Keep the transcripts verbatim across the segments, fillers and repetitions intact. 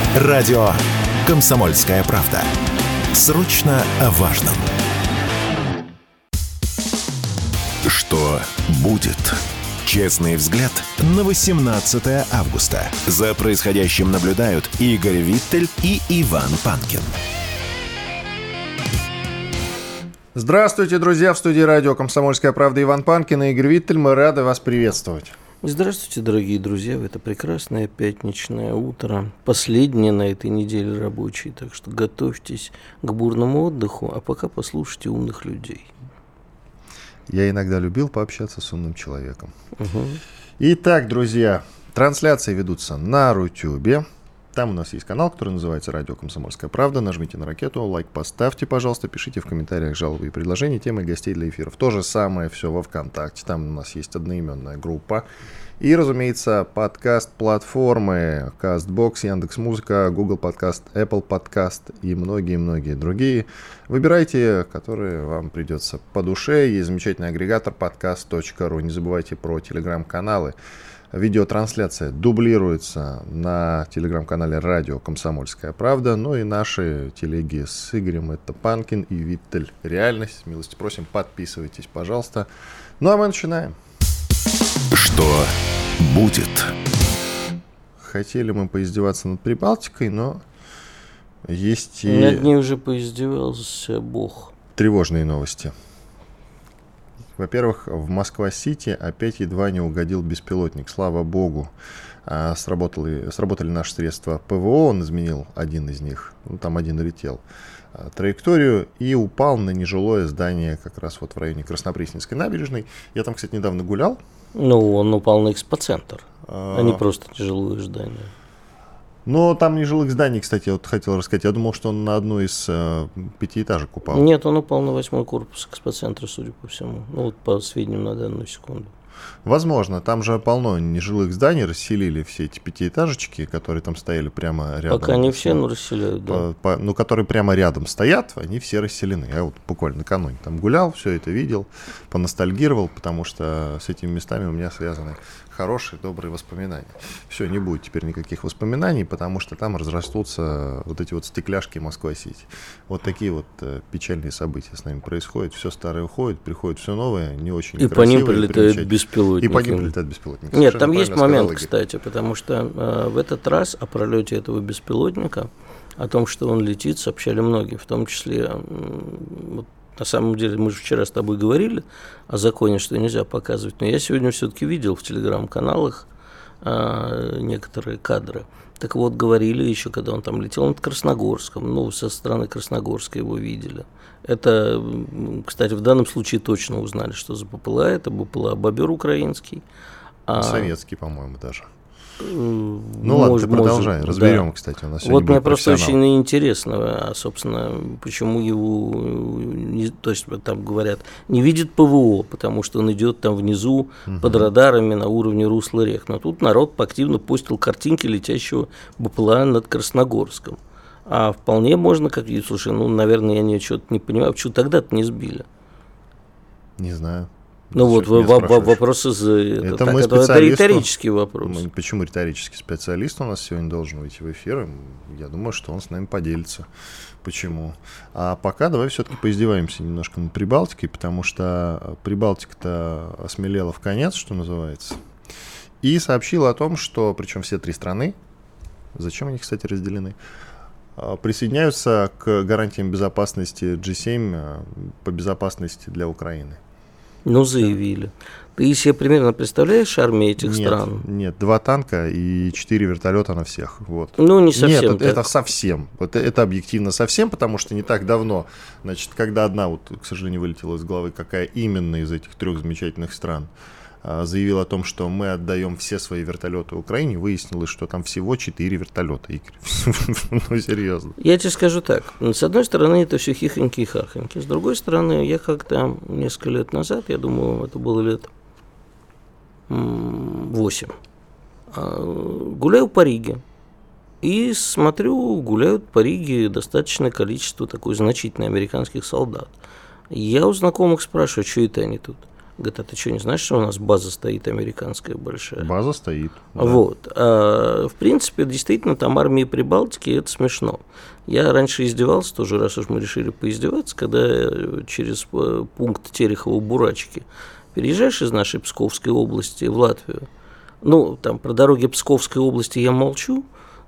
Радио «Комсомольская правда». Срочно о важном. Что будет? Честный взгляд на восемнадцатое августа. За происходящим наблюдают Игорь Виттель и Иван Панкин. Здравствуйте, друзья! В студии радио «Комсомольская правда» Иван Панкин и Игорь Виттель. Мы рады вас приветствовать. Здравствуйте, дорогие друзья, в это прекрасное пятничное утро, последнее на этой неделе рабочей, так что готовьтесь к бурному отдыху, а пока послушайте умных людей. Я иногда любил пообщаться с умным человеком. Угу. Итак, друзья, трансляции ведутся на Рутюбе. Там у нас есть канал, который называется «Радио Комсомольская правда». Нажмите на ракету, лайк поставьте, пожалуйста, пишите в комментариях жалобы и предложения, темы гостей для эфиров. То же самое все во ВКонтакте, там у нас есть одноименная группа. И, разумеется, подкаст-платформы CastBox, Яндекс.Музыка, Google Подкаст, Apple Подкаст и многие-многие другие. Выбирайте, которые вам придется по душе. Есть замечательный агрегатор подкаст точка ру. Не забывайте про телеграм-каналы. Видеотрансляция дублируется на телеграм-канале «Радио Комсомольская правда». Ну и наши телеги с Игорем — это Панкин и Виттель. Реальность. Милости просим, подписывайтесь, пожалуйста. Ну а мы начинаем. Что будет? Хотели мы поиздеваться над Прибалтикой, но есть и... Над ней уже поиздевался Бог. Тревожные новости. Во-первых, в Москва-Сити опять едва не угодил беспилотник. Слава богу, сработали, сработали наши средства ПВО, он изменил один из них, ну, там один улетел, траекторию и упал на нежилое здание как раз вот в районе Краснопресненской набережной. Я там, кстати, недавно гулял. Ну, он упал на экспоцентр, а, а не просто нежилое здание. Но там нежилых зданий, кстати, вот хотел рассказать. Я думал, что он на одну из э, пятиэтажек упал. Нет, он упал на восьмой корпус экспоцентра, судя по всему. Ну, вот по сведениям на данную секунду. Возможно, там же полно нежилых зданий, расселили все эти пятиэтажечки, которые там стояли прямо рядом. Пока не все, но расселяют, да. По, по, ну, которые прямо рядом стоят, они все расселены. Я вот буквально накануне там гулял, все это видел, поностальгировал, потому что с этими местами у меня связаны хорошие, добрые воспоминания. Все, не будет теперь никаких воспоминаний, потому что там разрастутся вот эти вот стекляшки Москва-Сити. Вот такие вот э, печальные события с нами происходят. Все старое уходит, приходит все новое, не очень и красивое. И по ним прилетают беспилотники. И по ним прилетают беспилотники. Нет, там есть момент, Игорь. кстати, потому что э, в этот раз о пролете этого беспилотника, о том, что он летит, сообщали многие, в том числе... Э, вот, на самом деле, мы же вчера с тобой говорили о законе, что нельзя показывать, но я сегодня все-таки видел в телеграм-каналах а, некоторые кадры. Так вот, говорили еще, когда он там летел над Красногорском, ну, со стороны Красногорска его видели. Это, кстати, в данном случае точно узнали, что за БПЛА. Это БПЛА «Бобер» украинский. А... Советский, по-моему, даже. Ну ладно, ты продолжай, может, разберем, да. Кстати, у нас сегодня вот мне просто очень интересно, собственно, почему его, не, то есть там говорят, не видит ПВО, потому что он идет там внизу угу. под радарами на уровне русла рек. Но тут народ активно постил картинки летящего БПЛА над Красногорском. А вполне можно, как видите, слушай, ну, наверное, я ничего не понимаю, почему тогда-то не сбили? Не знаю. Ну вот, в, в, вопрос из... Это, так, мы это, это риторический вопрос. Мы, почему риторический специалист у нас сегодня должен выйти в эфир? Я думаю, что он с нами поделится. Почему? А пока давай все-таки поиздеваемся немножко над Прибалтикой, потому что Прибалтика-то осмелела в конец, что называется, и сообщила о том, что, причем все три страны, зачем они, кстати, разделены, присоединяются к гарантиям безопасности джи семь по безопасности для Украины. Ну, заявили. Ты себе примерно представляешь армию этих нет, стран? Нет, два танка и четыре вертолета на всех. Вот. Ну, не совсем. Нет, это совсем. Вот это объективно совсем, потому что не так давно, значит, когда одна, вот, к сожалению, вылетела из головы, какая именно из этих трех замечательных стран, заявил о том, что мы отдаем все свои вертолеты Украине, выяснилось, что там всего четыре вертолета, Игорь. Ну, серьезно. Я тебе скажу так. С одной стороны, это все хихоньки и хахоньки. С другой стороны, я как-то несколько лет назад, я думаю, это было лет восемь, гуляю по Риге. И смотрю, гуляют по Риге достаточное количество, такое значительное, американских солдат. Я у знакомых спрашиваю, что это они тут. Говорит, а ты что, не знаешь, что у нас база стоит американская большая? База стоит. Да. Вот. А, в принципе, действительно, там армии Прибалтики, это смешно. Я раньше издевался тоже, раз уж мы решили поиздеваться, когда через пункт Терехово-Бурачки переезжаешь из нашей Псковской области в Латвию. Ну, там про дороги Псковской области я молчу,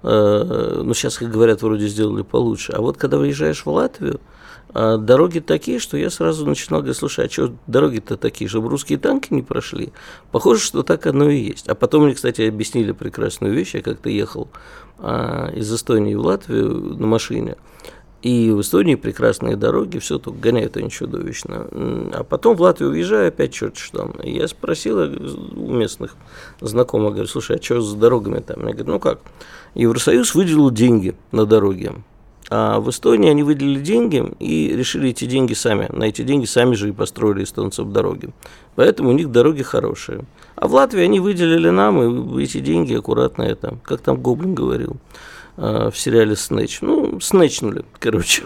э, но сейчас, как говорят, вроде сделали получше. А вот когда выезжаешь в Латвию, э, дороги такие, что я сразу начинал говорить, слушай, а что дороги-то такие, чтобы русские танки не прошли? Похоже, что так оно и есть. А потом мне, кстати, объяснили прекрасную вещь. Я как-то ехал э, из Эстонии в Латвию на машине. И в Эстонии прекрасные дороги, все только гоняют они чудовищно. А потом в Латвию уезжаю, опять черт что там. И я спросил у местных знакомых, говорю, слушай, а что с дорогами там? Мне говорят, ну как, Евросоюз выделил деньги на дороги. А в Эстонии они выделили деньги и решили эти деньги сами, на эти деньги сами же и построили эстонцев дороги. Поэтому у них дороги хорошие. А в Латвии они выделили нам, и эти деньги аккуратно это, как там Гоблин говорил в сериале «Снэч». Ну, снэчнули, короче.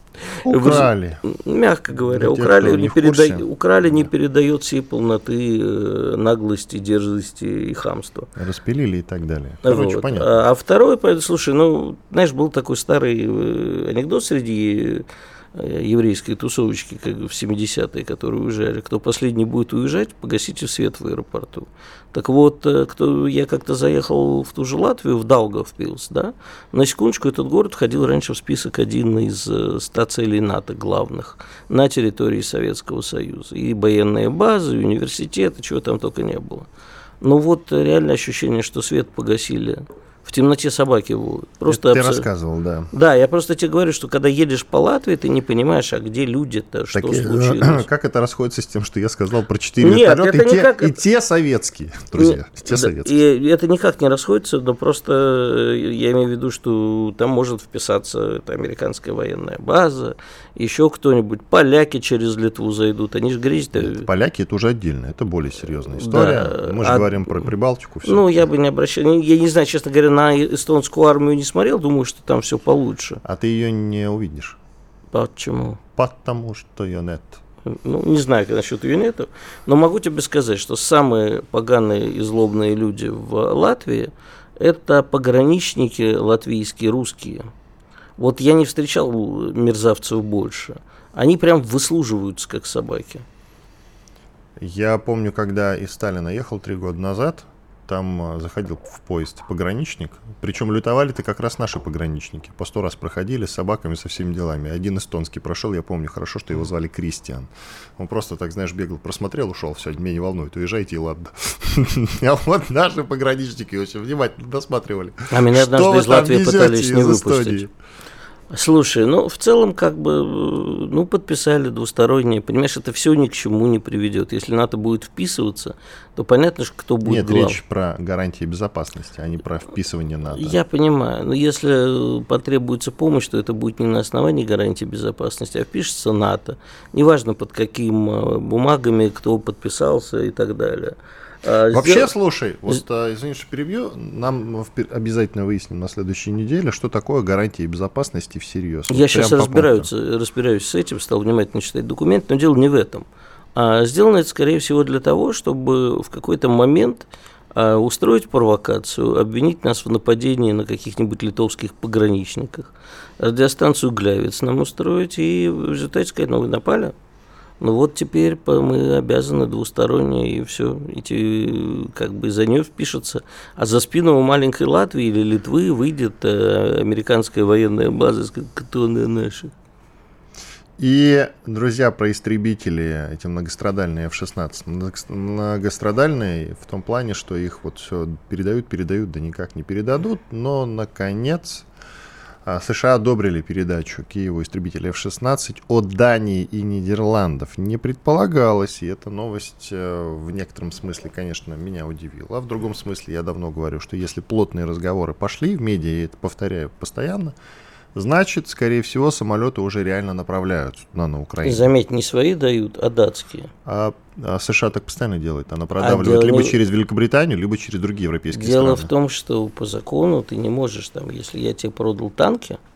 Украли. Мягко говоря, тех, украли, не не, переда... украли не передает всей полноты наглости, дерзости и хамства. Распилили и так далее. Короче, вот. понятно. А, а второй, слушай, ну, знаешь, был такой старый анекдот среди еврейской тусовочки, как в семидесятые, которые уезжали. Кто последний будет уезжать, погасите свет в аэропорту. Так вот, кто, я как-то заехал в ту же Латвию, в Даугавпилс, да, на секундочку, этот город входил раньше в список один из ста целей НАТО главных на территории Советского Союза. И военные базы, и университеты, чего там только не было. Но вот реально ощущение, что свет погасили. В темноте собаки воют. Просто Это ты абсо... рассказывал, да. Да, я просто тебе говорю, что когда едешь по Латвии, ты не понимаешь, а где люди-то, что так, случилось. Как это расходится с тем, что я сказал про четыре Нет, вертолета, это и, никак... те, и те советские, друзья, Нет, те советские. И это никак не расходится, но просто я имею в виду, что там может вписаться эта американская военная база, еще кто-нибудь, поляки через Литву зайдут, они же грязят. Поляки это уже отдельно, это более серьезная история. Да, Мы же а... говорим про Прибалтику. Все. Ну, я бы не обращал, я не знаю, честно говоря, на эстонскую армию не смотрел, думаю, что там все получше. А ты ее не увидишь. Почему? Потому что ее нет. Ну, не знаю насчет ее нету, но могу тебе сказать, что самые поганые и злобные люди в Латвии – это пограничники латвийские, русские. Вот я не встречал мерзавцев больше. Они прям выслуживаются, как собаки. Я помню, когда из Сталина ехал три года назад, там заходил в поезд пограничник, причем лютовали-то как раз наши пограничники. По сто раз проходили с собаками, со всеми делами. Один эстонский прошел, я помню хорошо, что его звали Кристиан. Он просто, так знаешь, бегал, просмотрел, ушел, все, меня не волнует, уезжайте и ладно. А вот наши пограничники очень внимательно досматривали. А меня однажды из Латвии пытались не выпустить. Слушай, ну, в целом, как бы, ну, подписали двусторонние, понимаешь, это все ни к чему не приведет. Если НАТО будет вписываться, то понятно, что кто будет Нет, глав. речь про гарантии безопасности, а не про вписывание НАТО. Я понимаю, но если потребуется помощь, то это будет не на основании гарантии безопасности, а впишется НАТО. Неважно, под какими бумагами, кто подписался и так далее. Вообще, Сдел... слушай, вот, извини, что перебью, нам обязательно выясним на следующей неделе, что такое гарантия безопасности всерьез. Я вот сейчас разбираюсь, по разбираюсь с этим, стал внимательно читать документы, но дело не в этом. А сделано это, скорее всего, для того, чтобы в какой-то момент а, устроить провокацию, обвинить нас в нападении на каких-нибудь литовских пограничниках, радиостанцию Глявец нам устроить и в результате сказать, ну вы напали. Ну вот теперь мы обязаны двусторонне, и все, эти, как бы за нее впишется. А за спину у маленькой Латвии или Литвы выйдет э, американская военная база, скажет, кто она наша. И, друзья, про истребители, эти многострадальные эф шестнадцать. Многострадальные в том плане, что их вот все передают, передают, да никак не передадут, но, наконец... США одобрили передачу Киеву истребителей эф шестнадцать от Дании и Нидерландов. Не предполагалось, и эта новость в некотором смысле, конечно, меня удивила. А в другом смысле я давно говорю, что если плотные разговоры пошли в медиа, я это повторяю постоянно, значит, скорее всего, самолеты уже реально направляются туда, на Украину. И заметь, не свои дают, а датские. А, а США так постоянно делает. Она продавливает а либо не... через Великобританию, либо через другие европейские дело страны. Дело в том, что по закону ты не можешь, там, если я тебе продал танки,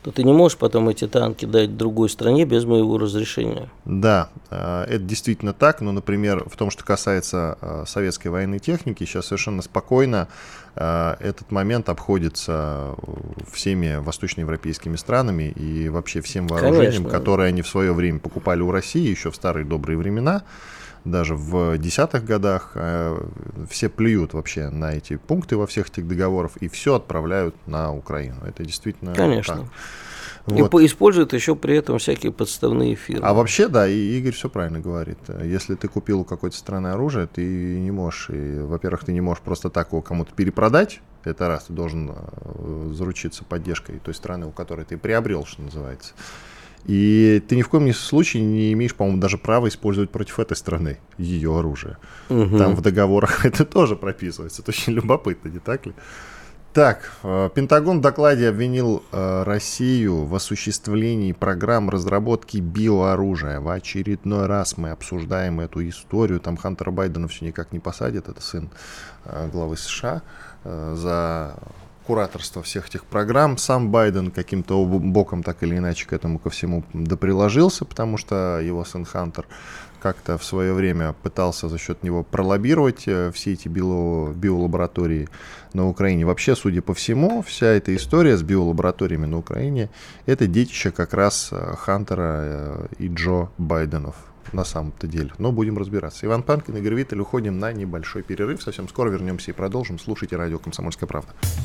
то ты не можешь потом эти танки дать другой стране без моего разрешения. Да, это действительно так, но, например, в том, что касается советской военной техники, сейчас совершенно спокойно этот момент обходится всеми восточноевропейскими странами и вообще всем вооружением, Конечно. Которое они в свое время покупали у России еще в старые добрые времена. Даже в десятых годах все плюют вообще на эти пункты во всех этих договорах и все отправляют на Украину. Это действительно Конечно. так. Вот. И используют еще при этом всякие подставные фирмы. А вообще, да, и Игорь все правильно говорит. Если ты купил у какой-то страны оружие, ты не можешь, и, во-первых, ты не можешь просто так его кому-то перепродать. Это раз, ты должен заручиться поддержкой той страны, у которой ты приобрел, что называется. И ты ни в коем случае не имеешь, по-моему, даже права использовать против этой страны ее оружие. Угу. Там в договорах это тоже прописывается. Это очень любопытно, не так ли? Так, Пентагон в докладе обвинил Россию в осуществлении программ разработки биооружия. В очередной раз мы обсуждаем эту историю. Там Хантера Байдена все никак не посадят, это сын главы США, за кураторство всех этих программ. Сам Байден каким-то боком так или иначе к этому ко всему доприложился, потому что его сын Хантер как-то в свое время пытался за счет него пролоббировать все эти био, биолаборатории на Украине. Вообще, судя по всему, вся эта история с биолабораториями на Украине — это детище как раз Хантера и Джо Байденов на самом-то деле. Но будем разбираться. Иван Панкин, Игорь Виттель. Уходим на небольшой перерыв. Совсем скоро вернемся и продолжим. Слушайте радио «Комсомольская правда».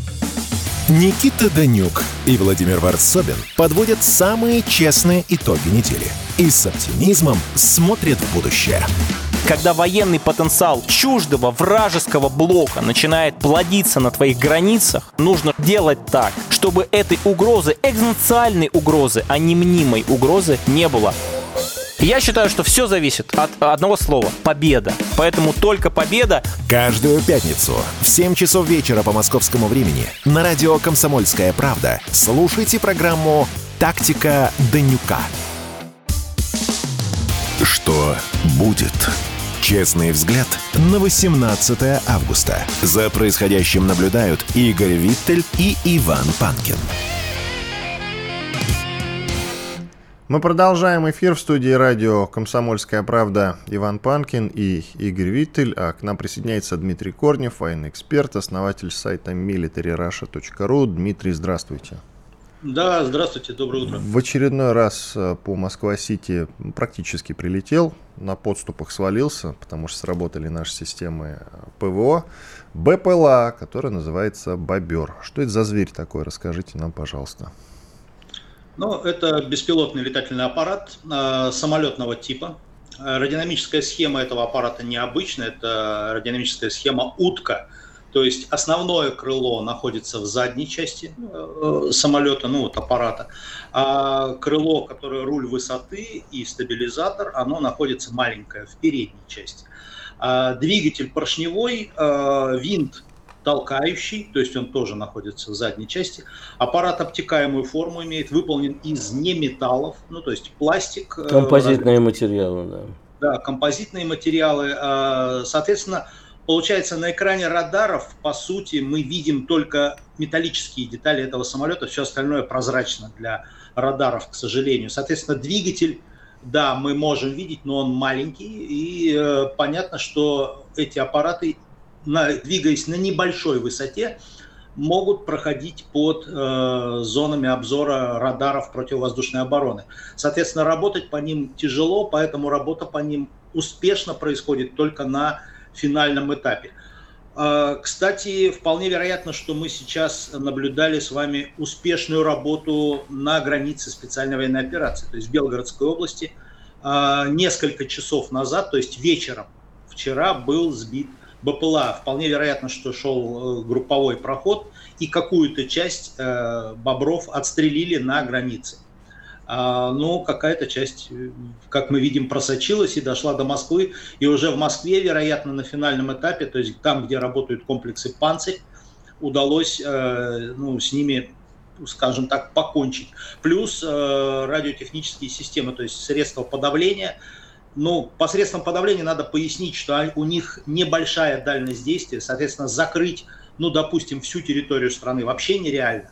Никита Данюк и Владимир Варсобин подводят самые честные итоги недели и с оптимизмом смотрят в будущее. Когда военный потенциал чуждого вражеского блока начинает плодиться на твоих границах, нужно делать так, чтобы этой угрозы, экзистенциальной угрозы, а не мнимой угрозы не было. Я считаю, что все зависит от одного слова – победа. Поэтому только победа. Каждую пятницу в семь часов вечера по московскому времени на радио «Комсомольская правда» слушайте программу «Тактика Данюка». Что будет? Честный взгляд на восемнадцатое августа. За происходящим наблюдают Игорь Виттель и Иван Панкин. Мы продолжаем эфир в студии радио «Комсомольская правда». Иван Панкин и Игорь Виттель, а к нам присоединяется Дмитрий Корнев, военный эксперт, основатель сайта милитари раша точка ру. Дмитрий, здравствуйте. Да, здравствуйте, доброе утро. В очередной раз по Москва-Сити практически прилетел, на подступах свалился, потому что сработали наши системы ПВО. БПЛА, который называется «Бобер». Что это за зверь такой? Расскажите нам, пожалуйста. Ну, это беспилотный летательный аппарат э, самолетного типа. Радиодинамическая схема этого аппарата необычная, это радиодинамическая схема утка. То есть основное крыло находится в задней части э, самолета, ну вот аппарата, а крыло, которое руль высоты и стабилизатор, оно находится маленькое в передней части. А двигатель поршневой, э, винт толкающий, то есть он тоже находится в задней части. Аппарат обтекаемую форму имеет, выполнен из неметаллов, ну то есть пластик. Композитные э, материалы, да. Да, композитные материалы. Э, соответственно, получается, на экране радаров, по сути, мы видим только металлические детали этого самолета, все остальное прозрачно для радаров, к сожалению. Соответственно, двигатель, да, мы можем видеть, но он маленький, и э, понятно, что эти аппараты, на, двигаясь на небольшой высоте, могут проходить под э, зонами обзора радаров противовоздушной обороны. Соответственно, работать по ним тяжело, поэтому работа по ним успешно происходит только на финальном этапе. Э, кстати, вполне вероятно, что мы сейчас наблюдали с вами успешную работу на границе специальной военной операции, то есть в Белгородской области. Э, несколько часов назад, то есть вечером вчера, был сбит БПЛА. Вполне вероятно, что шел групповой проход, и какую-то часть э, бобров отстрелили на границе. А, но какая-то часть, как мы видим, просочилась и дошла до Москвы. И уже в Москве, вероятно, на финальном этапе, то есть там, где работают комплексы «Панцирь», удалось э, ну, с ними, скажем так, покончить. Плюс э, радиотехнические системы, то есть средства подавления. Ну, посредством подавления надо пояснить, что у них небольшая дальность действия, соответственно, закрыть, ну, допустим, всю территорию страны вообще нереально.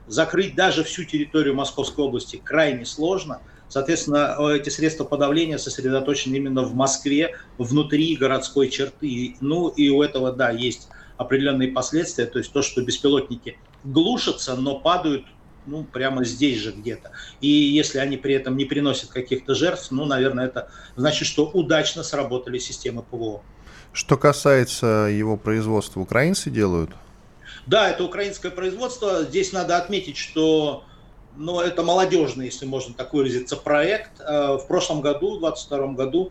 закрыть даже всю территорию Московской области крайне сложно. Соответственно, эти средства подавления сосредоточены именно в Москве, внутри городской черты. Ну и у этого, да, есть определенные последствия. То есть то, что беспилотники глушатся, но падают ну, прямо здесь же где-то. И если они при этом не приносят каких-то жертв, ну, наверное, это значит, что удачно сработали системы ПВО. Что касается его производства, украинцы делают? Да, это украинское производство. Здесь надо отметить, что ну, это молодежный, если можно так выразиться, проект. В прошлом году, в двадцать втором году,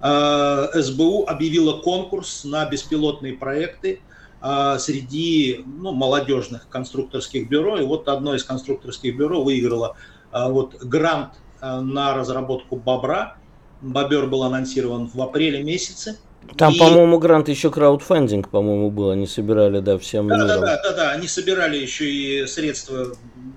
СБУ объявила конкурс на беспилотные проекты среди ну, молодежных конструкторских бюро. И вот одно из конструкторских бюро выиграло вот, грант на разработку «Бобра». «Бобер» был анонсирован в апреле месяце. Там, и... по-моему, грант еще краудфандинг, по-моему, был. Они собирали, да, всем миром. Да, да, да, да, они собирали еще и средства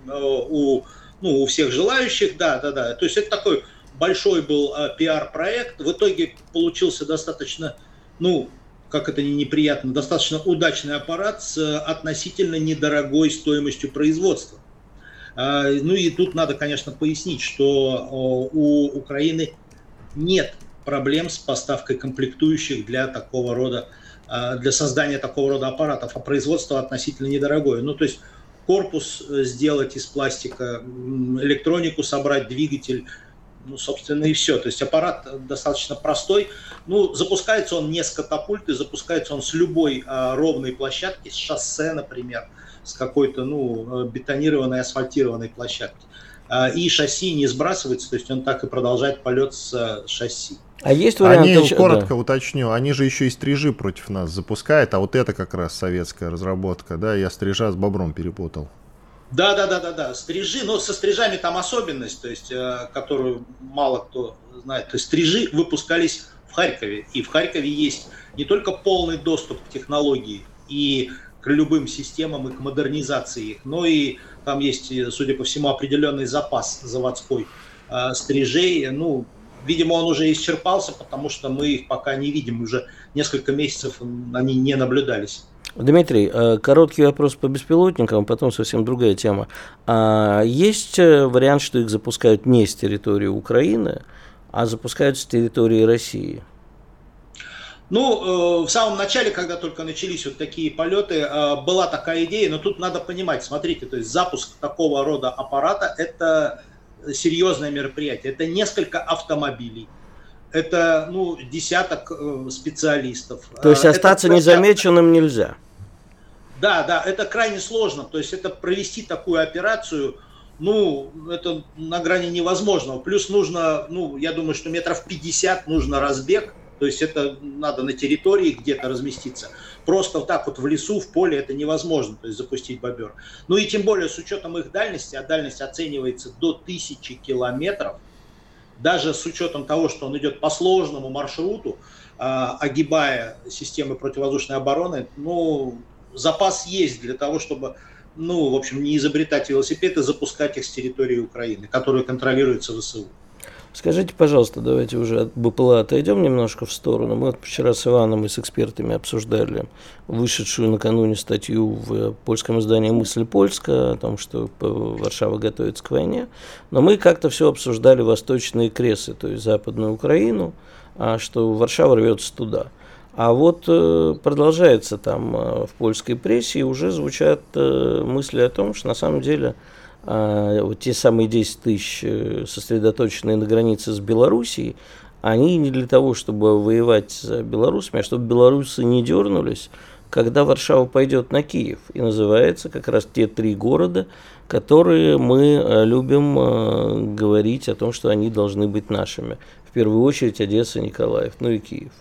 у, ну, у всех желающих, да, да, да. То есть это такой большой был а, пиар-проект. В итоге получился достаточно, ну, как это не неприятно, достаточно удачный аппарат с относительно недорогой стоимостью производства. А, ну и тут надо, конечно, пояснить, что о, у Украины нет проблем с поставкой комплектующих для такого рода, для создания такого рода аппаратов, а производство относительно недорогое. Ну, то есть корпус сделать из пластика, электронику собрать, двигатель, ну, собственно, и все. То есть аппарат достаточно простой. Ну, запускается он не с катапульты, запускается он с любой а, ровной площадки, с шоссе, например, с какой-то, ну, бетонированной, асфальтированной площадки. А, и шасси не сбрасывается, то есть он так и продолжает полет с шасси. А есть варианты... Они, коротко да. уточню, они же еще и стрижи против нас запускают, а вот это как раз советская разработка, да, я стрижа с бобром перепутал. Да, да, да, да, да, стрижи, но со стрижами там особенность, то есть, которую мало кто знает, то есть стрижи выпускались в Харькове, и в Харькове есть не только полный доступ к технологии и к любым системам и к модернизации их, но и там есть, судя по всему, определенный запас заводской стрижей, ну, видимо, он уже исчерпался, потому что мы их пока не видим. Уже несколько месяцев они не наблюдались. Дмитрий, короткий вопрос по беспилотникам, потом совсем другая тема. Есть вариант, что их запускают не с территории Украины, а запускают с территории России? Ну, в самом начале, когда только начались вот такие полеты, была такая идея, но тут надо понимать, смотрите, то есть запуск такого рода аппарата – это серьезное мероприятие. Это несколько автомобилей, это ну, десяток э, специалистов. То есть остаться просто... незамеченным нельзя? Да, да, это крайне сложно. То есть это провести такую операцию, ну, это на грани невозможного. Плюс нужно, ну, я думаю, что метров пятьдесят нужно разбег. То есть это надо на территории где-то разместиться. Просто вот так вот в лесу, в поле это невозможно, то есть запустить бобер. Ну и тем более с учетом их дальности, а дальность оценивается до тысячи километров, даже с учетом того, что он идет по сложному маршруту, огибая системы противовоздушной обороны, ну, запас есть для того, чтобы, ну, в общем, не изобретать велосипед и запускать их с территории Украины, которую контролируется ВСУ. Скажите, пожалуйста, давайте уже от БПЛА отойдем немножко в сторону. Мы вот вчера с Иваном и с экспертами обсуждали вышедшую накануне статью в польском издании «Мысль польская» о том, что Варшава готовится к войне. Но мы как-то все обсуждали восточные кресы, то есть Западную Украину, а что Варшава рвется туда. А вот э, продолжается там э, в польской прессе, и уже звучат э, мысли о том, что на самом деле э, вот те самые десять тысяч, э, сосредоточенные на границе с Белоруссией, они не для того, чтобы воевать с белорусами, а чтобы белорусы не дернулись, когда Варшава пойдет на Киев. И называется как раз те три города, которые мы э, любим э, говорить о том, что они должны быть нашими. В первую очередь Одесса, Николаев, ну и Киев.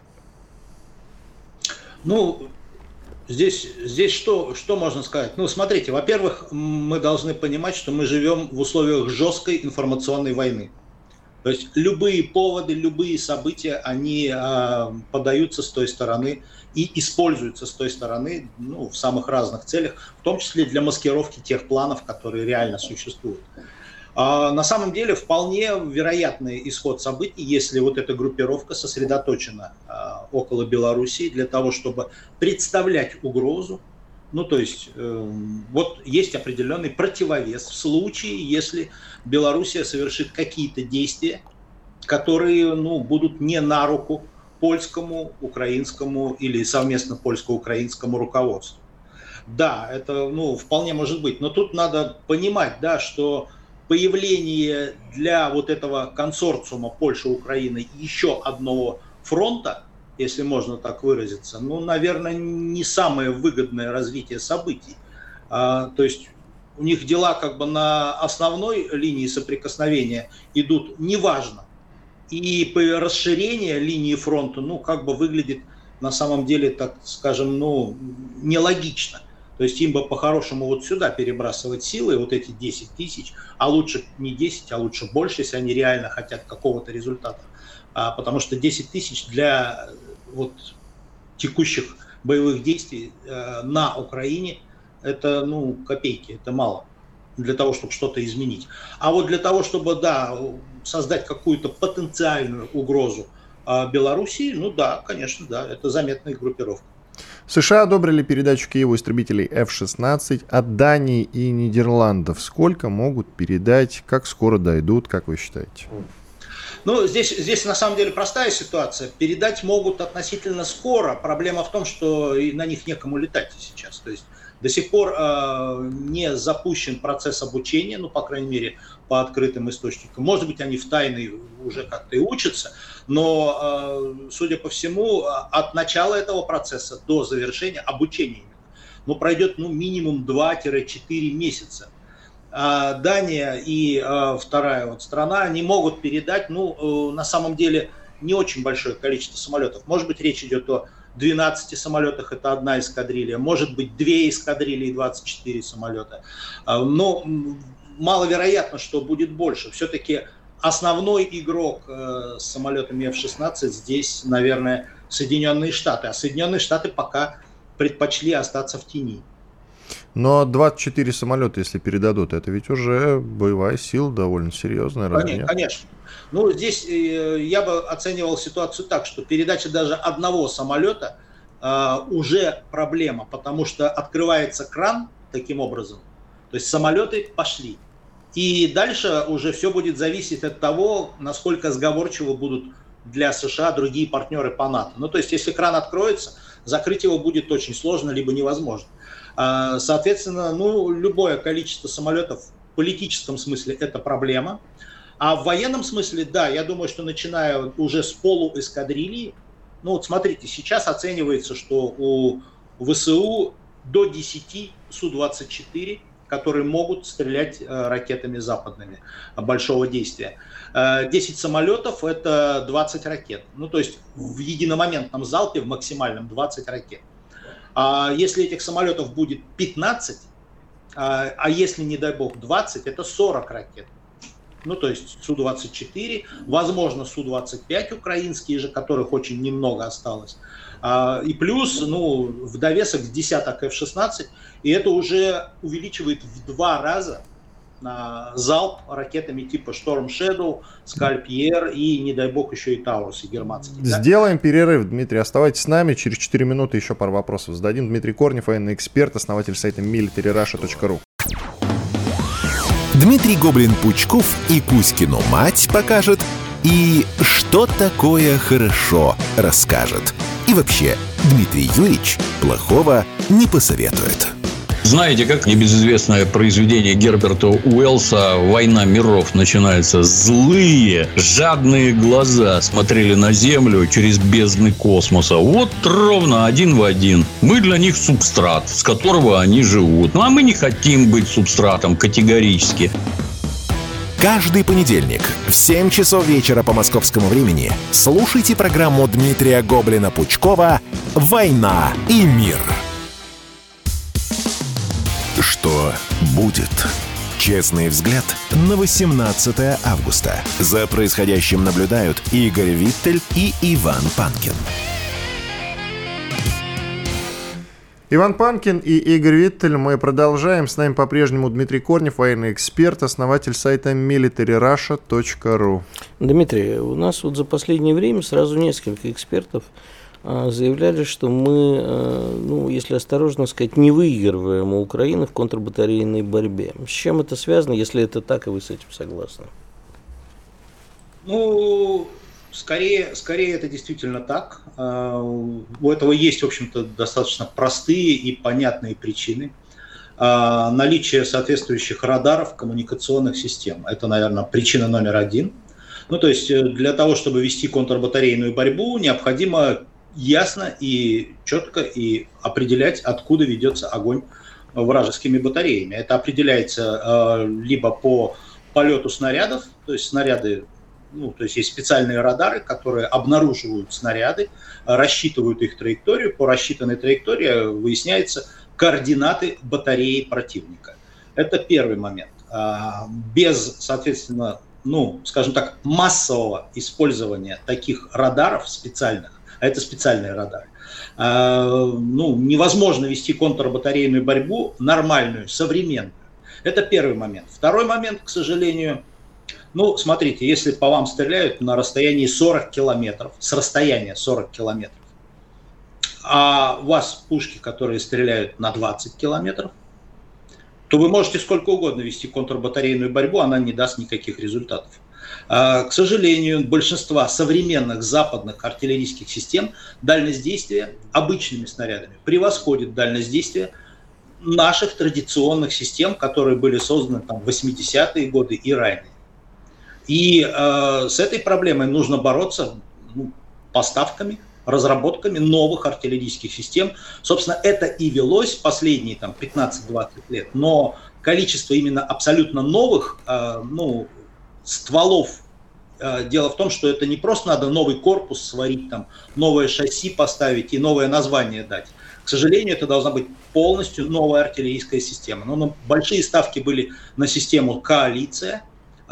Ну, здесь, здесь что, что можно сказать? Ну, смотрите, во-первых, мы должны понимать, что мы живем в условиях жесткой информационной войны. То есть любые поводы, любые события, они а, подаются с той стороны и используются с той стороны, ну, в самых разных целях, в том числе для маскировки тех планов, которые реально существуют. А, на самом деле вполне вероятный исход событий, если вот эта группировка сосредоточена а, около Белоруссии для того, чтобы представлять угрозу Ну, то есть, э, вот есть определенный противовес в случае, если Белоруссия совершит какие-то действия, которые, ну, будут не на руку польскому, украинскому или совместно польско-украинскому руководству. Да, это, ну, вполне может быть, но тут надо понимать, да, что появление для вот этого консорциума Польша-Украина еще одного фронта, если можно так выразиться, ну, наверное, не самое выгодное развитие событий. А, то есть у них дела как бы на основной линии соприкосновения идут неважно. И расширение линии фронта, ну, как бы выглядит на самом деле, так скажем, ну, нелогично. То есть им бы по-хорошему вот сюда перебрасывать силы, вот эти десять тысяч, а лучше не десять, а лучше больше, если они реально хотят какого-то результата. А, потому что десять тысяч для вот текущих боевых действий э, на Украине это, ну, копейки, это мало для того, чтобы что-то изменить. А вот для того, чтобы, да, создать какую-то потенциальную угрозу э, Белоруссии, ну да, конечно, да, это заметная группировка. США одобрили передачу Киеву истребителей эф шестнадцать от Дании и Нидерландов. Сколько могут передать, как скоро дойдут, как вы считаете? Ну, здесь, здесь на самом деле простая ситуация. Передать могут относительно скоро. Проблема в том, что на них некому летать сейчас. То есть до сих пор э, не запущен процесс обучения, ну, по крайней мере, по открытым источникам. Может быть, они в тайной уже как-то и учатся, но, э, судя по всему, от начала этого процесса до завершения обучения, ну, пройдет, ну, минимум два-четыре месяца. А Дания и э, вторая вот страна, они могут передать, ну, э, на самом деле, не очень большое количество самолетов. Может быть, речь идет о двенадцати самолетах, это одна эскадрилья, может быть, две эскадрильи, двадцать четыре самолета. Но маловероятно, что будет больше. Все-таки основной игрок с самолетами эф шестнадцать здесь, наверное, Соединенные Штаты. А Соединенные Штаты пока предпочли остаться в тени. Но двадцать четыре самолета, если передадут, это ведь уже боевая сила довольно серьезная. Конечно, конечно. Ну, здесь э, я бы оценивал ситуацию так, что передача даже одного самолета э, уже проблема, потому что открывается кран таким образом, то есть самолеты пошли. И дальше уже все будет зависеть от того, насколько сговорчивы будут для США другие партнеры по НАТО. Ну, то есть, если кран откроется, закрыть его будет очень сложно, либо невозможно. Соответственно, ну, любое количество самолетов в политическом смысле это проблема. А в военном смысле, да, я думаю, что начиная уже с полуэскадрильи, ну вот смотрите, сейчас оценивается, что у ВСУ до десяти Су двадцать четыре, которые могут стрелять ракетами западными большого действия. десять самолетов – это двадцать ракет. Ну, то есть в единомоментном залпе, в максимальном, двадцать ракет. А если этих самолетов будет пятнадцать, а, а если, не дай бог, двадцать, это сорок ракет. Ну, то есть Су двадцать четыре, возможно, Су двадцать пять украинские же, которых очень немного осталось. А, и плюс, ну, в довесок десяток эф шестнадцать, и это уже увеличивает в два раза на залп ракетами типа Storm Shadow, Скальпьер и, не дай бог, еще и Таурусы германские. Сделаем да? перерыв, Дмитрий. Оставайтесь с нами. Через четыре минуты еще пару вопросов зададим. Дмитрий Корнев, военный эксперт, основатель сайта милитари раша точка ру. Дмитрий Гоблин-Пучков и Кузькину мать покажет, и что такое хорошо расскажет. И вообще, Дмитрий Юрьевич плохого не посоветует. Знаете, как небезызвестное произведение Герберта Уэллса «Война миров» начинается? Злые, жадные глаза смотрели на Землю через бездны космоса. Вот ровно один в один. Мы для них субстрат, с которого они живут. Ну, а мы не хотим быть субстратом категорически. Каждый понедельник в семь часов вечера по московскому времени слушайте программу Дмитрия Гоблина-Пучкова «Война и мир». Что будет? Честный взгляд на восемнадцатое августа. За происходящим наблюдают Игорь Виттель и Иван Панкин. Иван Панкин и Игорь Виттель. Мы продолжаем. С нами по-прежнему Дмитрий Корнев, военный эксперт, основатель сайта милитари раша точка ру. Дмитрий, у нас вот за последнее время сразу несколько экспертов заявляли, что мы, ну, если осторожно сказать, не выигрываем у Украины в контрбатарейной борьбе. С чем это связано, если это так, и вы с этим согласны? Ну, скорее, скорее это действительно так. У этого есть, в общем-то, достаточно простые и понятные причины. Наличие соответствующих радаров, коммуникационных систем. Это, наверное, причина номер один. Ну, то есть для того, чтобы вести контрбатарейную борьбу, необходимо ясно и четко и определять, откуда ведется огонь вражескими батареями. Это определяется либо по полету снарядов, то есть снаряды, ну, то есть есть специальные радары, которые обнаруживают снаряды, рассчитывают их траекторию. По рассчитанной траектории выясняется координаты батареи противника. Это первый момент. Без, соответственно, ну, скажем так, массового использования таких радаров специальных, а это специальные радары, ну, невозможно вести контрбатарейную борьбу нормальную, современную. Это первый момент. Второй момент, к сожалению, ну, смотрите, если по вам стреляют на расстоянии сорок километров, с расстояния сорок километров, а у вас пушки, которые стреляют на двадцать километров, то вы можете сколько угодно вести контрбатарейную борьбу, она не даст никаких результатов. К сожалению, большинство современных западных артиллерийских систем дальность действия обычными снарядами превосходит дальность действия наших традиционных систем, которые были созданы там, в восьмидесятые годы и ранее. И э, с этой проблемой нужно бороться, ну, поставками, разработками новых артиллерийских систем. Собственно, это и велось последние там, пятнадцать-двадцать лет. Но количество именно абсолютно новых э, ну, стволов, э, дело в том, что это не просто надо новый корпус сварить, там, новое шасси поставить и новое название дать. К сожалению, это должна быть полностью новая артиллерийская система. Ну, ну, большие ставки были на систему «Коалиция»,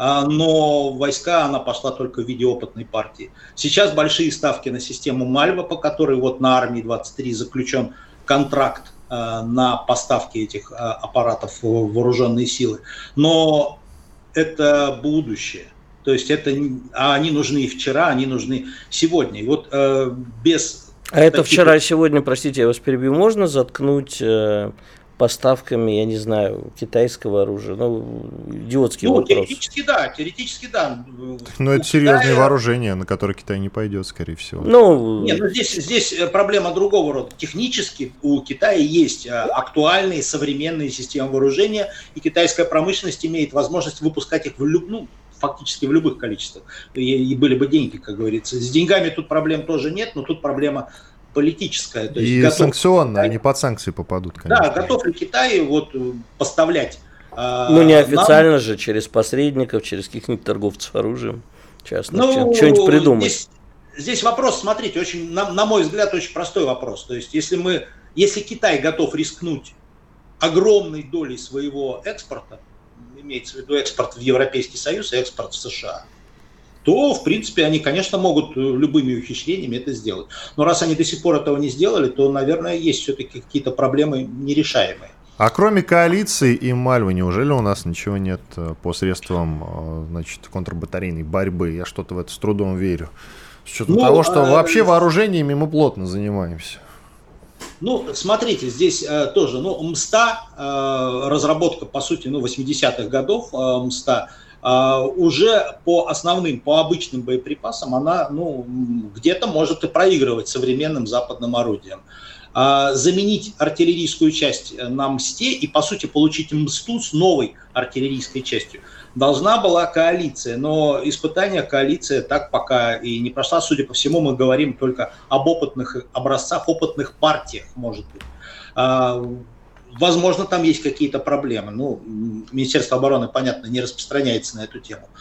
но войска она пошла только в виде опытной партии. Сейчас большие ставки на систему «Мальва», по которой вот на армии двадцать три заключен контракт на поставки этих аппаратов в вооруженные силы. Но это будущее. То есть это, а они нужны и вчера, они нужны сегодня. И вот э, без... А таких... это вчера и сегодня, простите, я вас перебью, можно заткнуть... Э... поставками, я не знаю, китайского оружия. Ну, идиотский ну, вопрос. Теоретически да, теоретически да. Но это серьезное Китая... вооружение, на которое Китай не пойдет, скорее всего. Ну, Нет, ну здесь, здесь проблема другого рода. Технически у Китая есть актуальные современные системы вооружения, и китайская промышленность имеет возможность выпускать их в люб... ну, фактически в любых количествах. И, и были бы деньги, как говорится. С деньгами тут проблем тоже нет, но тут проблема политическая. То есть и готов... санкционно, они под санкции попадут, конечно. Да, готов ли Китай вот поставлять? Ну, неофициально нам... же, через посредников, через каких-нибудь торговцев оружием, частных, ну, что-нибудь придумать. Здесь, здесь вопрос, смотрите, очень, на, на мой взгляд, очень простой вопрос. То есть, если мы, если Китай готов рискнуть огромной долей своего экспорта, имеется в виду экспорт в Европейский Союз и экспорт в США, то, в принципе, они, конечно, могут любыми ухищрениями это сделать. Но раз они до сих пор этого не сделали, то, наверное, есть все-таки какие-то проблемы нерешаемые. А кроме коалиции и Мальвы, неужели у нас ничего нет по средствам, значит, контрбатарейной борьбы? Я что-то в это с трудом верю. С учетом ну, того, что а... вообще вооружениями мы плотно занимаемся. Ну, смотрите, здесь э, тоже, ну, МСТА, э, разработка, по сути, ну, восьмидесятых годов, э, МСТА, Uh, уже по основным, по обычным боеприпасам она ну, где-то может и проигрывать современным западным орудиям. Uh, заменить артиллерийскую часть на МСТе и, по сути, получить МСТу с новой артиллерийской частью должна была коалиция, но испытания коалиция так пока и не прошла. Судя по всему, мы говорим только об опытных образцах, опытных партиях, может быть. Uh, Возможно, там есть какие-то проблемы. Ну, Министерство обороны, понятно, не распространяется на эту тему.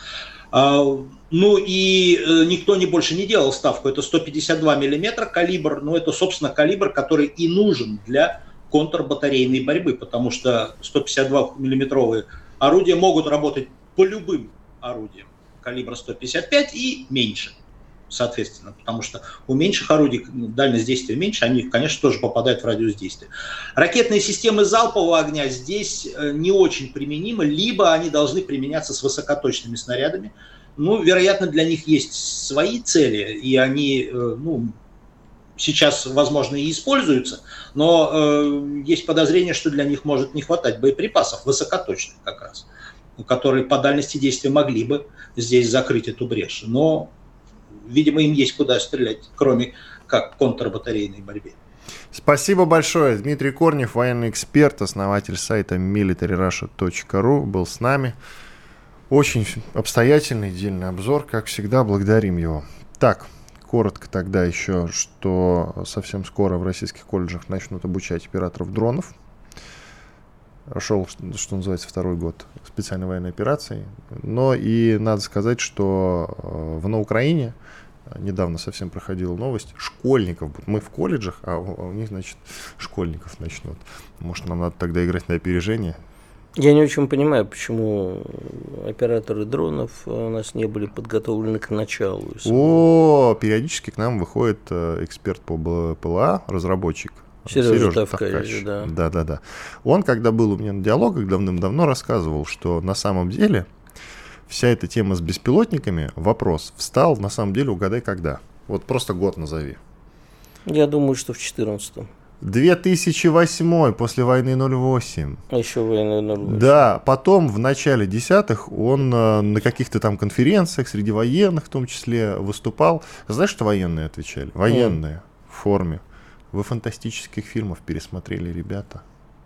Ну и никто не больше не делал ставку. Это сто пятьдесят два миллиметра калибр. Ну, это, собственно, калибр, который и нужен для контрбатарейной борьбы, потому что сто пятьдесят два миллиметровые орудия могут работать по любым орудиям калибра сто пятьдесят пять и меньше. Соответственно, потому что у меньших орудий дальность действия меньше, они, конечно, тоже попадают в радиус действия. Ракетные системы залпового огня здесь не очень применимы, либо они должны применяться с высокоточными снарядами. Ну, вероятно, для них есть свои цели, и они, ну, сейчас, возможно, и используются, но э, есть подозрение, что для них может не хватать боеприпасов, высокоточных как раз, которые по дальности действия могли бы здесь закрыть эту брешь. Но, видимо, им есть куда стрелять, кроме как контрбатарейной борьбе. Спасибо большое. Дмитрий Корнев, военный эксперт, основатель сайта милитари раша точка ру, был с нами. Очень обстоятельный, дельный обзор, как всегда, благодарим его. Так, коротко тогда еще, что совсем скоро в российских колледжах начнут обучать операторов дронов. Шел, что называется, второй год специальной военной операции. Но и надо сказать, что в, на Украине недавно совсем проходила новость, школьников будут. Мы в колледжах, а у, у них, значит, школьников начнут. Может, нам надо тогда играть на опережение? Я не очень понимаю, почему операторы дронов у нас не были подготовлены к началу. О, периодически к нам выходит эксперт по БПЛА, разработчик. Сережа, Сережа Тавкач, Тавкач. да. Да, да, да. Он, когда был у меня на диалогах давным-давно, рассказывал, что на самом деле вся эта тема с беспилотниками, вопрос встал, на самом деле, угадай, когда. Вот просто год назови. Я думаю, что в четырнадцатом. две тысячи восьмой, после войны ноль восемь. А еще войны ноль восемь. Да, потом в начале десятых он э, на каких-то там конференциях, среди военных в том числе, выступал. Знаешь, что военные отвечали? Военные mm. в форме. Вы фантастических фильмов пересмотрели, ребята.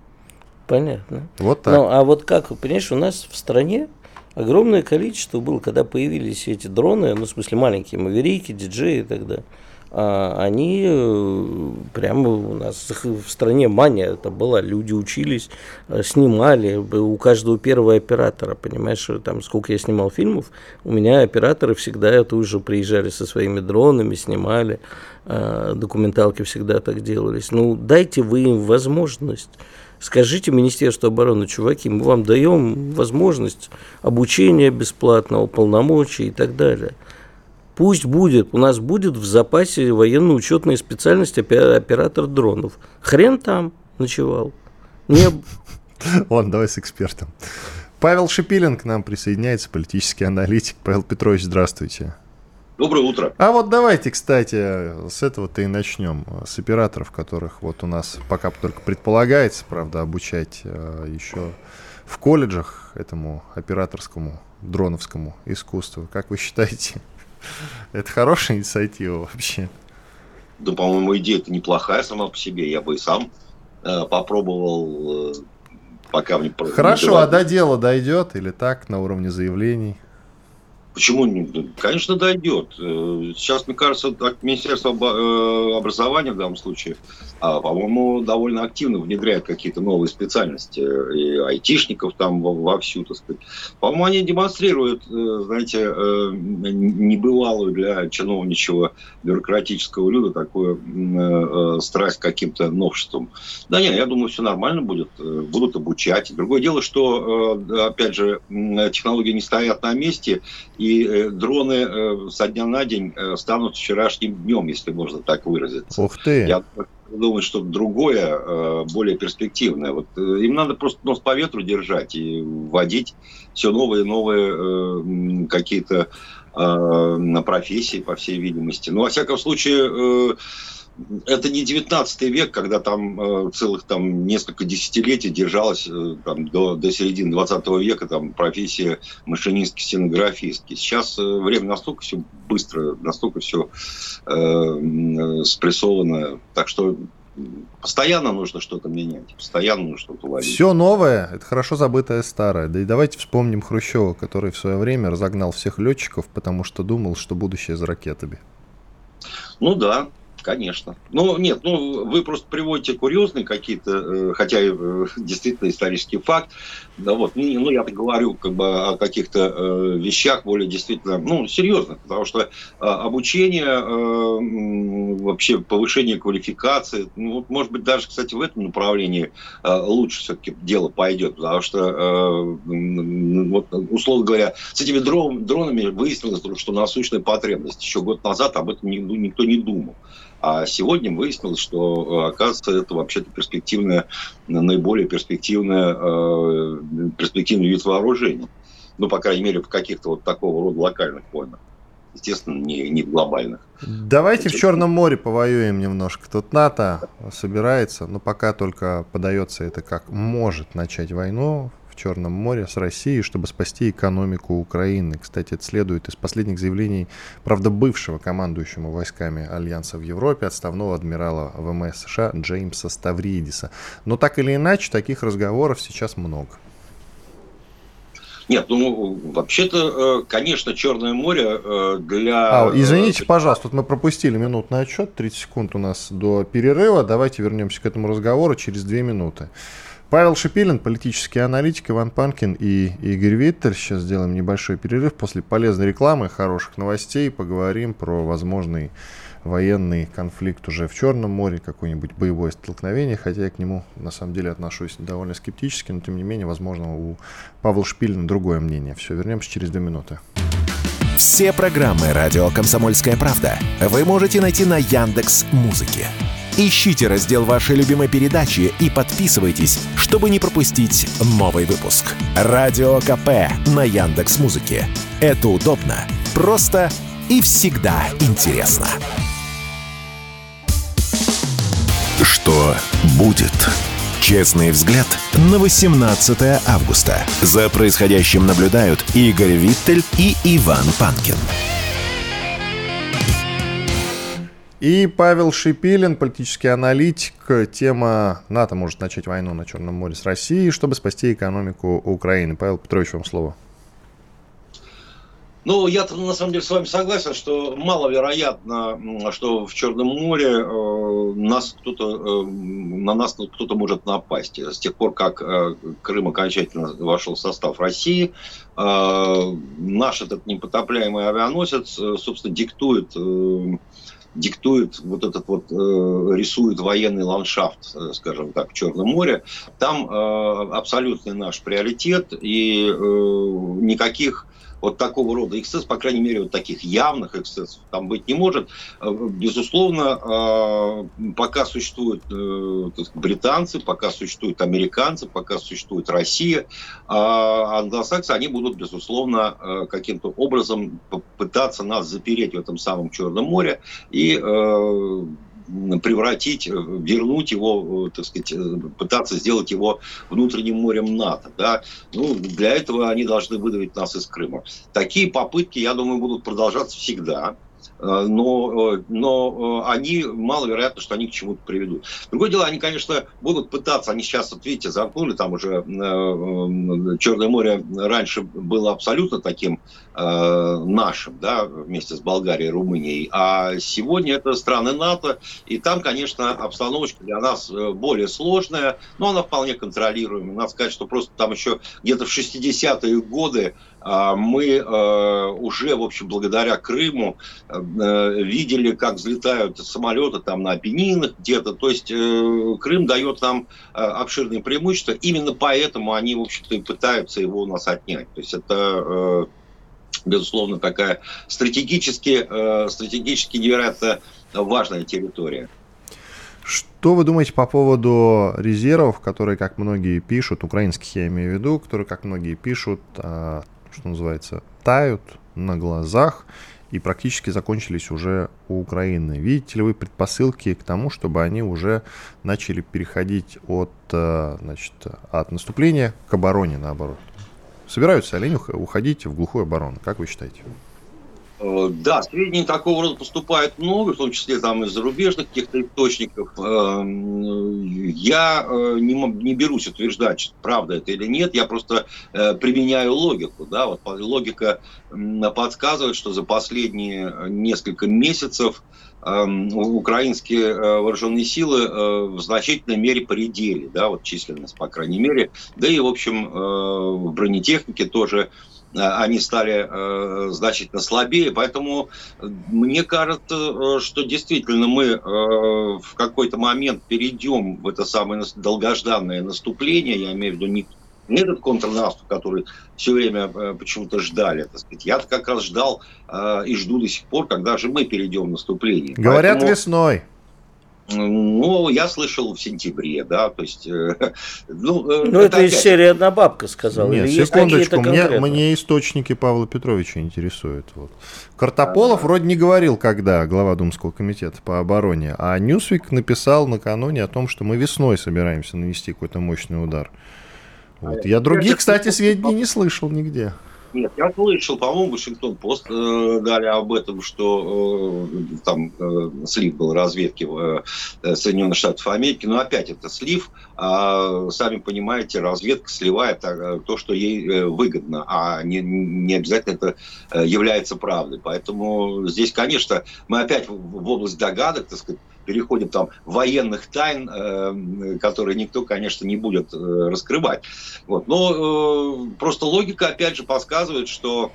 Понятно. Вот так. Ну, а вот как, понимаешь, у нас в стране огромное количество было, когда появились эти дроны, ну, в смысле, маленькие маверики, диджеи тогда, а, они прямо у нас в стране мания это была, люди учились, снимали, у каждого первого оператора, понимаешь, там сколько я снимал фильмов, у меня операторы всегда это уже приезжали со своими дронами, снимали, документалки всегда так делались. Ну, дайте вы им возможность. Скажите Министерству обороны, чуваки, мы вам даем возможность обучения бесплатного, полномочий и так далее. Пусть будет, у нас будет в запасе военно-учетная специальность оператор дронов. Хрен там ночевал. Не... Ладно, давай с экспертом. Павел Шипилин к нам присоединяется, политический аналитик. Павел Петрович, здравствуйте. Доброе утро. А вот давайте, кстати, с этого-то и начнем. С операторов, которых вот у нас пока только предполагается, правда, обучать э, еще в колледжах этому операторскому дроновскому искусству. Как вы считаете, это хорошая инициатива вообще? Да, по-моему, идея-то неплохая сама по себе. Я бы и сам э, попробовал, э, пока мне... Хорошо, а до дела дойдет или так, на уровне заявлений? Почему не? Конечно, дойдет. Сейчас, мне кажется, Министерство образования в данном случае, по-моему, довольно активно внедряет какие-то новые специальности. И айтишников там вовсю, так сказать. По-моему, они демонстрируют, знаете, небывалую для чиновничьего бюрократического люда такую страсть к каким-то новшествам. Да нет, я думаю, все нормально будет. Будут обучать. Другое дело, что, опять же, технологии не стоят на месте, и дроны со дня на день станут вчерашним днем, если можно так выразиться. Ух ты! Я думаю, что другое, более перспективное. Вот им надо просто нос по ветру держать и вводить все новые и новые какие-то профессии, по всей видимости. Но, во всяком случае, это не девятнадцатый век, когда там э, целых там несколько десятилетий держалась э, там, до, до середины двадцатого века там, профессия машинистки-стенографистки. Сейчас э, время настолько все быстро, настолько все э, спрессовано. Так что постоянно нужно что-то менять, постоянно нужно что-то ловить. Все новое – это хорошо забытое старое. Да и давайте вспомним Хрущева, который в свое время разогнал всех летчиков, потому что думал, что будущее за ракетами. Ну да. Конечно. Ну, нет, ну, вы просто приводите курьезные какие-то, хотя и действительно исторический факт. Да, вот, ну, я говорю как бы о каких-то э, вещах более действительно, ну, серьезных, потому что э, обучение, э, вообще повышение квалификации, ну, вот, может быть, даже, кстати, в этом направлении э, лучше все-таки дело пойдет, потому что, э, вот, условно говоря, с этими дрон, дронами выяснилось, что насущная потребность. Еще год назад об этом никто не думал. А сегодня выяснилось, что, оказывается, это вообще-то перспективная, наиболее перспективная, перспективный вид вооружения. Ну, по крайней мере, в каких-то вот такого рода локальных войнах. естественно, не, не в глобальных. Давайте в Черном море повоюем немножко. Тут НАТО собирается, но пока только подается это как может начать войну в Черном море с Россией, чтобы спасти экономику Украины. Кстати, это следует из последних заявлений, правда, бывшего командующего войсками Альянса в Европе, отставного адмирала ВМС США Джеймса Ставридиса. Но так или иначе, таких разговоров сейчас много. Нет, ну, вообще-то, конечно, Черное море для... А, извините, пожалуйста, тут мы пропустили минутный отчет, тридцать секунд у нас до перерыва. Давайте вернемся к этому разговору через две минуты. Павел Шипилин, политический аналитик, Иван Панкин и Игорь Виттель. Сейчас сделаем небольшой перерыв. После полезной рекламы, хороших новостей поговорим про возможный военный конфликт уже в Черном море, какое-нибудь боевое столкновение, хотя я к нему на самом деле отношусь довольно скептически, но тем не менее, возможно, у Павла Шипилина другое мнение. Все, вернемся через две минуты. Все программы «Радио Комсомольская правда» вы можете найти на Яндекс.Музыке. Ищите раздел вашей любимой передачи и подписывайтесь, чтобы не пропустить новый выпуск. Радио КП на Яндекс.Музыке. Это удобно, просто и всегда интересно. Что будет? Честный взгляд на восемнадцатое августа. За происходящим наблюдают Игорь Виттель и Иван Панкин. И Павел Шипилин, политический аналитик. Тема: НАТО может начать войну на Черном море с Россией, чтобы спасти экономику Украины. Павел Петрович, вам слово. Ну, я на самом деле с вами согласен, что маловероятно, что в Черном море э, нас кто-то, э, на нас кто-то может напасть. С тех пор, как э, Крым окончательно вошел в состав России, э, наш этот непотопляемый авианосец, э, собственно, диктует... Э, диктует вот этот вот, э, рисует военный ландшафт, э, скажем так, в Черном море. Там э, абсолютный наш приоритет, и э, никаких вот такого рода эксцессов, по крайней мере, вот таких явных эксцессов там быть не может. Безусловно, пока существуют британцы, пока существуют американцы, пока существует Россия, англосаксы, они будут, безусловно, каким-то образом пытаться нас запереть в этом самом Черном море и превратить, вернуть его, так сказать, пытаться сделать его внутренним морем НАТО. Да? Ну, для этого они должны выдавить нас из Крыма. Такие попытки, я думаю, будут продолжаться всегда. Но, но они, маловероятно, что они к чему-то приведут. Другое дело, они, конечно, будут пытаться, они сейчас, вот видите, замкнули, там уже э, Черное море раньше было абсолютно таким э, нашим, да, вместе с Болгарией и Румынией, а сегодня это страны НАТО, и там, конечно, обстановочка для нас более сложная, но она вполне контролируемая. Надо сказать, что просто там еще где-то в шестидесятые годы мы э, уже, в общем, благодаря Крыму э, видели, как взлетают самолеты там на Апеннинах где-то. То есть э, Крым дает нам э, обширные преимущества. Именно поэтому они, в общем-то, и пытаются его у нас отнять. То есть это, э, безусловно, такая стратегически, э, стратегически невероятно важная территория. Что вы думаете по поводу резервов, которые, как многие пишут, украинских я имею в виду, которые, как многие пишут, что называется, тают на глазах и практически закончились уже у Украины? Видите ли вы предпосылки к тому, чтобы они уже начали переходить от, значит, от наступления к обороне, наоборот? Собираются ли они уходить в глухую оборону? Как вы считаете? Да, сведений такого рода поступает много, в том числе там из зарубежных каких-то источников. Я не, не берусь утверждать, правда это или нет, я просто применяю логику. Да? Вот логика подсказывает, что за последние несколько месяцев украинские вооруженные силы в значительной мере поредели, да, вот численность, по крайней мере, да и, в общем, в бронетехнике тоже они стали э, значительно слабее, поэтому мне кажется, что действительно мы э, в какой-то момент перейдем в это самое долгожданное наступление, я имею в виду не, не этот контрнаступ, который все время э, почему-то ждали, так сказать. Я как раз ждал э, и жду до сих пор, когда же мы перейдем в наступление. Говорят, поэтому... весной. Ну, я слышал в сентябре, да, то есть... Э, ну, ну, это, это опять... из серии «Одна бабка» сказала. Нет, или секундочку, мне, мне источники Павла Петровича интересуют. Вот. Картополов а, вроде не говорил, когда глава Думского комитета по обороне, а Ньюсвик написал накануне о том, что мы весной собираемся нанести какой-то мощный удар. Вот. Я других, кстати, сведений не слышал нигде. Нет, я слышал, по-моему, Вашингтон-Пост э, дали об этом, что э, там э, слив был разведки в э, Соединенных Штатах Америки, но опять это слив, а, сами понимаете, разведка сливает а, то, что ей э, выгодно, а не, не обязательно это э, является правдой. Поэтому здесь, конечно, мы опять в, в область догадок, так сказать, переходим там военных тайн, э, которые никто, конечно, не будет э, раскрывать. Вот. Но э, просто логика, опять же, подсказывает, что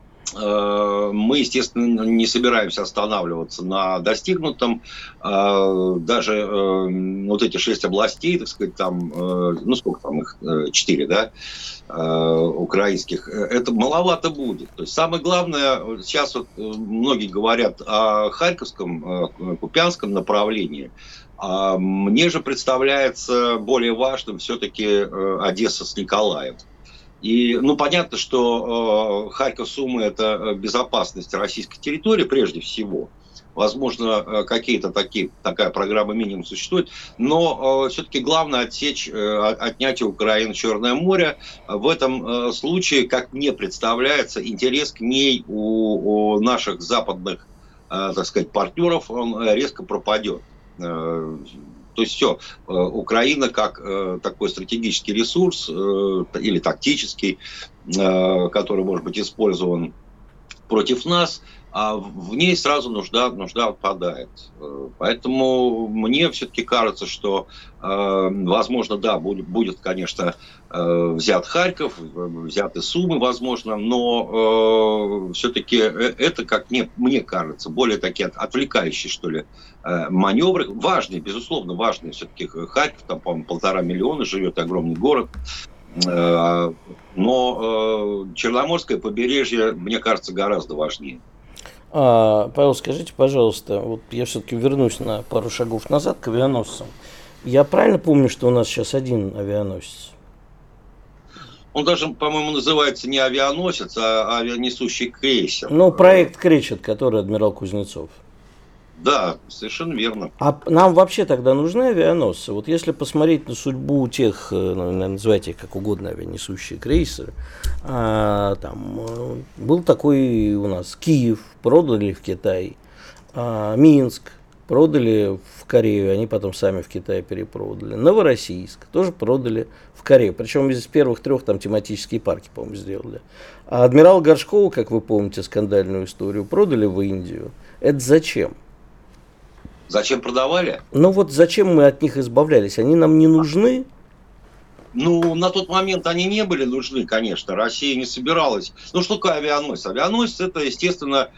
э, мы, естественно, не собираемся останавливаться на достигнутом. Э, даже э, вот эти шесть областей, так сказать, там, э, ну сколько там их, четыре, да, украинских, это маловато будет. То есть самое главное, сейчас вот многие говорят о Харьковском, Купянском направлении, а мне же представляется более важным все-таки Одесса с Николаем. И, ну, понятно, что Харьков, Сумы – это безопасность российской территории прежде всего. Возможно, какие-то такие, такая программа минимум существует, но э, все-таки главное отсечь, э, отнять у Украины Черное море. В этом э, случае, как мне представляется, интерес к ней у, у наших западных, э, так сказать, партнеров, он резко пропадет. Э, то есть все, э, Украина как э, такой стратегический ресурс э, или тактический, э, который может быть использован против нас, а в ней сразу нужда, нужда отпадает. Поэтому мне все-таки кажется, что, возможно, да, будет, будет, конечно, взят Харьков, взяты Сумы, возможно, но все-таки это, как мне, мне кажется, более такие отвлекающие, что ли, маневры. Важные, безусловно, важные все-таки Харьков, там, по-моему, полтора миллиона живет, огромный город. Но Черноморское побережье, мне кажется, гораздо важнее. А, Павел, скажите, пожалуйста, вот я все-таки вернусь на пару шагов назад к авианосцам. Я правильно помню, что у нас сейчас один авианосец? Он даже, по-моему, называется не авианосец, а авианесущий крейсер. Ну, проект «Кречет», который адмирал Кузнецов. Да, совершенно верно. А нам вообще тогда нужны авианосцы? Вот если посмотреть на судьбу тех, называйте их как угодно, авианесущие крейсеры, а, там был такой у нас Киев, продали в Китай, а, Минск продали в Корею, они потом сами в Китай перепродали, Новороссийск тоже продали в Корею, причем из первых трех там тематические парки, по-моему, сделали. А адмирал Горшкова, как вы помните скандальную историю, продали в Индию. Это зачем? Зачем продавали? Ну вот зачем мы от них избавлялись? Они нам не нужны? Ну, на тот момент они не были нужны, конечно. Россия не собиралась. Ну, что такое авианосец? Авианосец – это, естественно,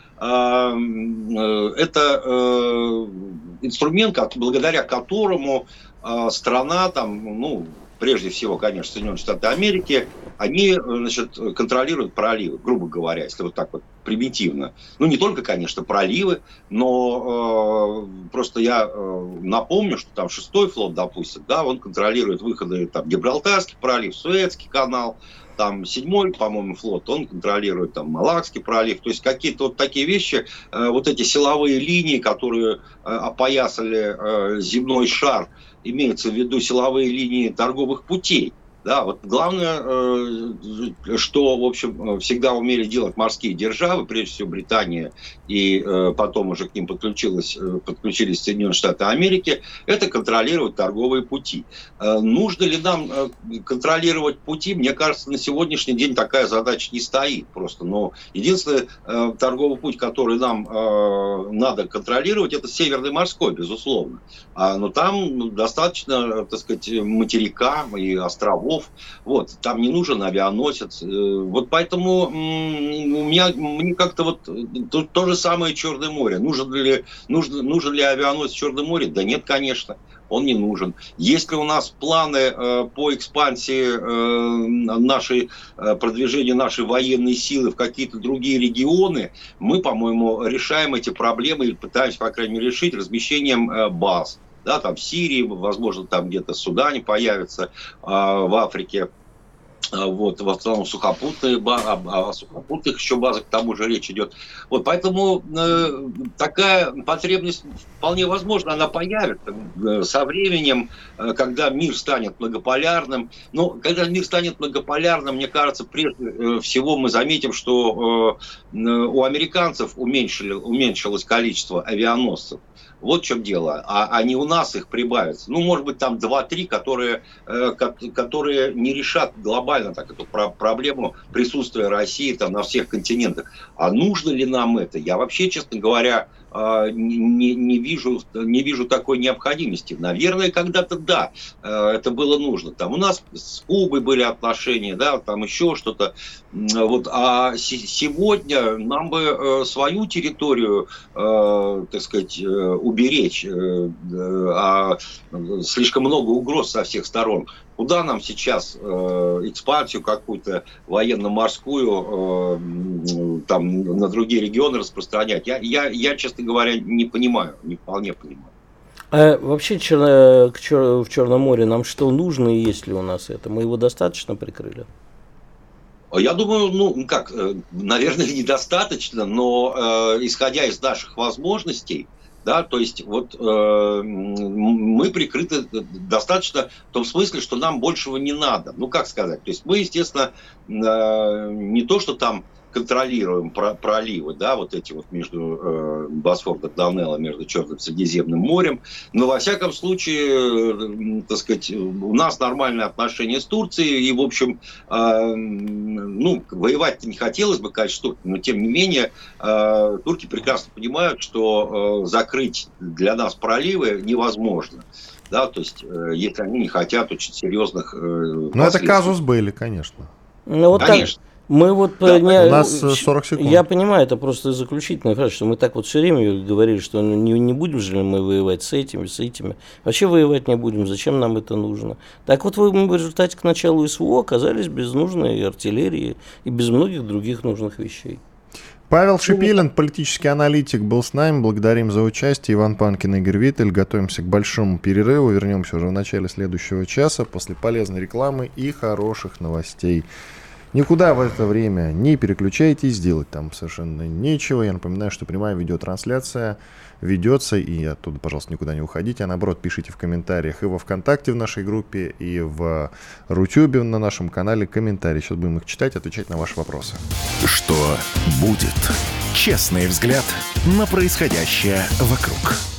это инструмент, благодаря которому страна, там, ну, прежде всего, конечно, Соединенные Штаты Америки, они, значит, контролируют проливы, грубо говоря, если вот так вот примитивно. Ну, не только, конечно, проливы, но э, просто я э, напомню, что там шестой флот, допустим, да, он контролирует выходы, там, Гибралтарский пролив, Суэцкий канал, там, седьмой, по-моему, флот, он контролирует, там, Малакский пролив, то есть какие-то вот такие вещи, э, вот эти силовые линии, которые э, опоясали э, земной шар, имеются в виду силовые линии торговых путей. Да, вот главное, что, в общем, всегда умели делать морские державы, прежде всего Британия, и потом уже к ним подключились, подключились Соединенные Штаты Америки, это контролировать торговые пути. Нужно ли нам контролировать пути? Мне кажется, на сегодняшний день такая задача не стоит просто. Но единственный торговый путь, который нам надо контролировать, это Северный морской, безусловно. Но там достаточно, так сказать, материка и островов. Вот, там не нужен авианосец. Вот поэтому у меня, мне как-то вот то, то же самое Черное море. Нужен ли, нужен, нужен ли авианосец в Черном море? Да нет, конечно, он не нужен. Есть ли у нас планы э, по экспансии э, нашей, э, продвижения нашей военной силы в какие-то другие регионы? Мы, по-моему, решаем эти проблемы или пытаемся, по крайней мере, решить размещением э, баз. да, там в Сирии, возможно, там где-то в Судане появится, в Африке. Вот, в основном сухопутные базы, о сухопутных еще базах, к тому же речь идет. Вот, поэтому э, такая потребность вполне возможно, она появится э, со временем, э, когда мир станет многополярным. Но когда мир станет многополярным, мне кажется, прежде всего мы заметим, что э, у американцев уменьшили, уменьшилось количество авианосцев. Вот в чем дело. А, а не у нас их прибавится. Ну, может быть, там два-три, которые, э, которые не решат глобально так эту про- проблему присутствия России там на всех континентах. А нужно ли нам это? Я вообще, честно говоря, э, не, не, вижу, не вижу такой необходимости. Наверное, когда-то да, э, это было нужно. Там у нас с Кубой были отношения, да, там еще что-то. Вот. А с- сегодня нам бы э, свою территорию, э, так сказать, э, уберечь, а слишком много угроз со всех сторон. Куда нам сейчас экспансию какую-то военно-морскую там на другие регионы распространять? Я, я, я, честно говоря, не понимаю, не вполне понимаю. А вообще черно, к чер, в Черном море нам что нужно и есть ли у нас это? Мы его достаточно прикрыли? Я думаю, ну как, наверное, недостаточно, но э, исходя из наших возможностей, да, то есть вот э, мы прикрыты достаточно в том смысле, что нам большего не надо. Ну, как сказать, то есть мы, естественно, э, не то, что там контролируем про- проливы, да, вот эти вот между э, Босфор, Дарданелло, между Черным и Средиземным морем, но во всяком случае, э, так сказать, у нас нормальные отношения с Турцией, и, в общем, э, ну, воевать-то не хотелось бы, конечно, но тем не менее, э, турки прекрасно понимают, что э, закрыть для нас проливы невозможно. Да, то есть, э, если они не хотят очень серьезных э, Ну, это казус были, конечно. Ну, вот Конечно. так. Мы вот Да, не, у нас сорок секунд. Я понимаю, это просто заключительная фраза, что мы так вот все время говорили, что ну, не, не будем же мы воевать с этими, с этими. Вообще воевать не будем, зачем нам это нужно? Так вот мы в результате к началу СВО оказались без нужной артиллерии и без многих других нужных вещей. Павел Шипилин, политический аналитик, был с нами. Благодарим за участие. Иван Панкин, Игорь Виттель. Готовимся к большому перерыву. Вернемся уже в начале следующего часа после полезной рекламы и хороших новостей. Никуда в это время не переключайтесь, делать там совершенно нечего. Я напоминаю, что прямая видеотрансляция ведется, и оттуда, пожалуйста, никуда не уходите, а наоборот, пишите в комментариях и во ВКонтакте в нашей группе, и в Рутюбе на нашем канале комментарии. Сейчас будем их читать, отвечать на ваши вопросы. Что будет? Честный взгляд на происходящее вокруг.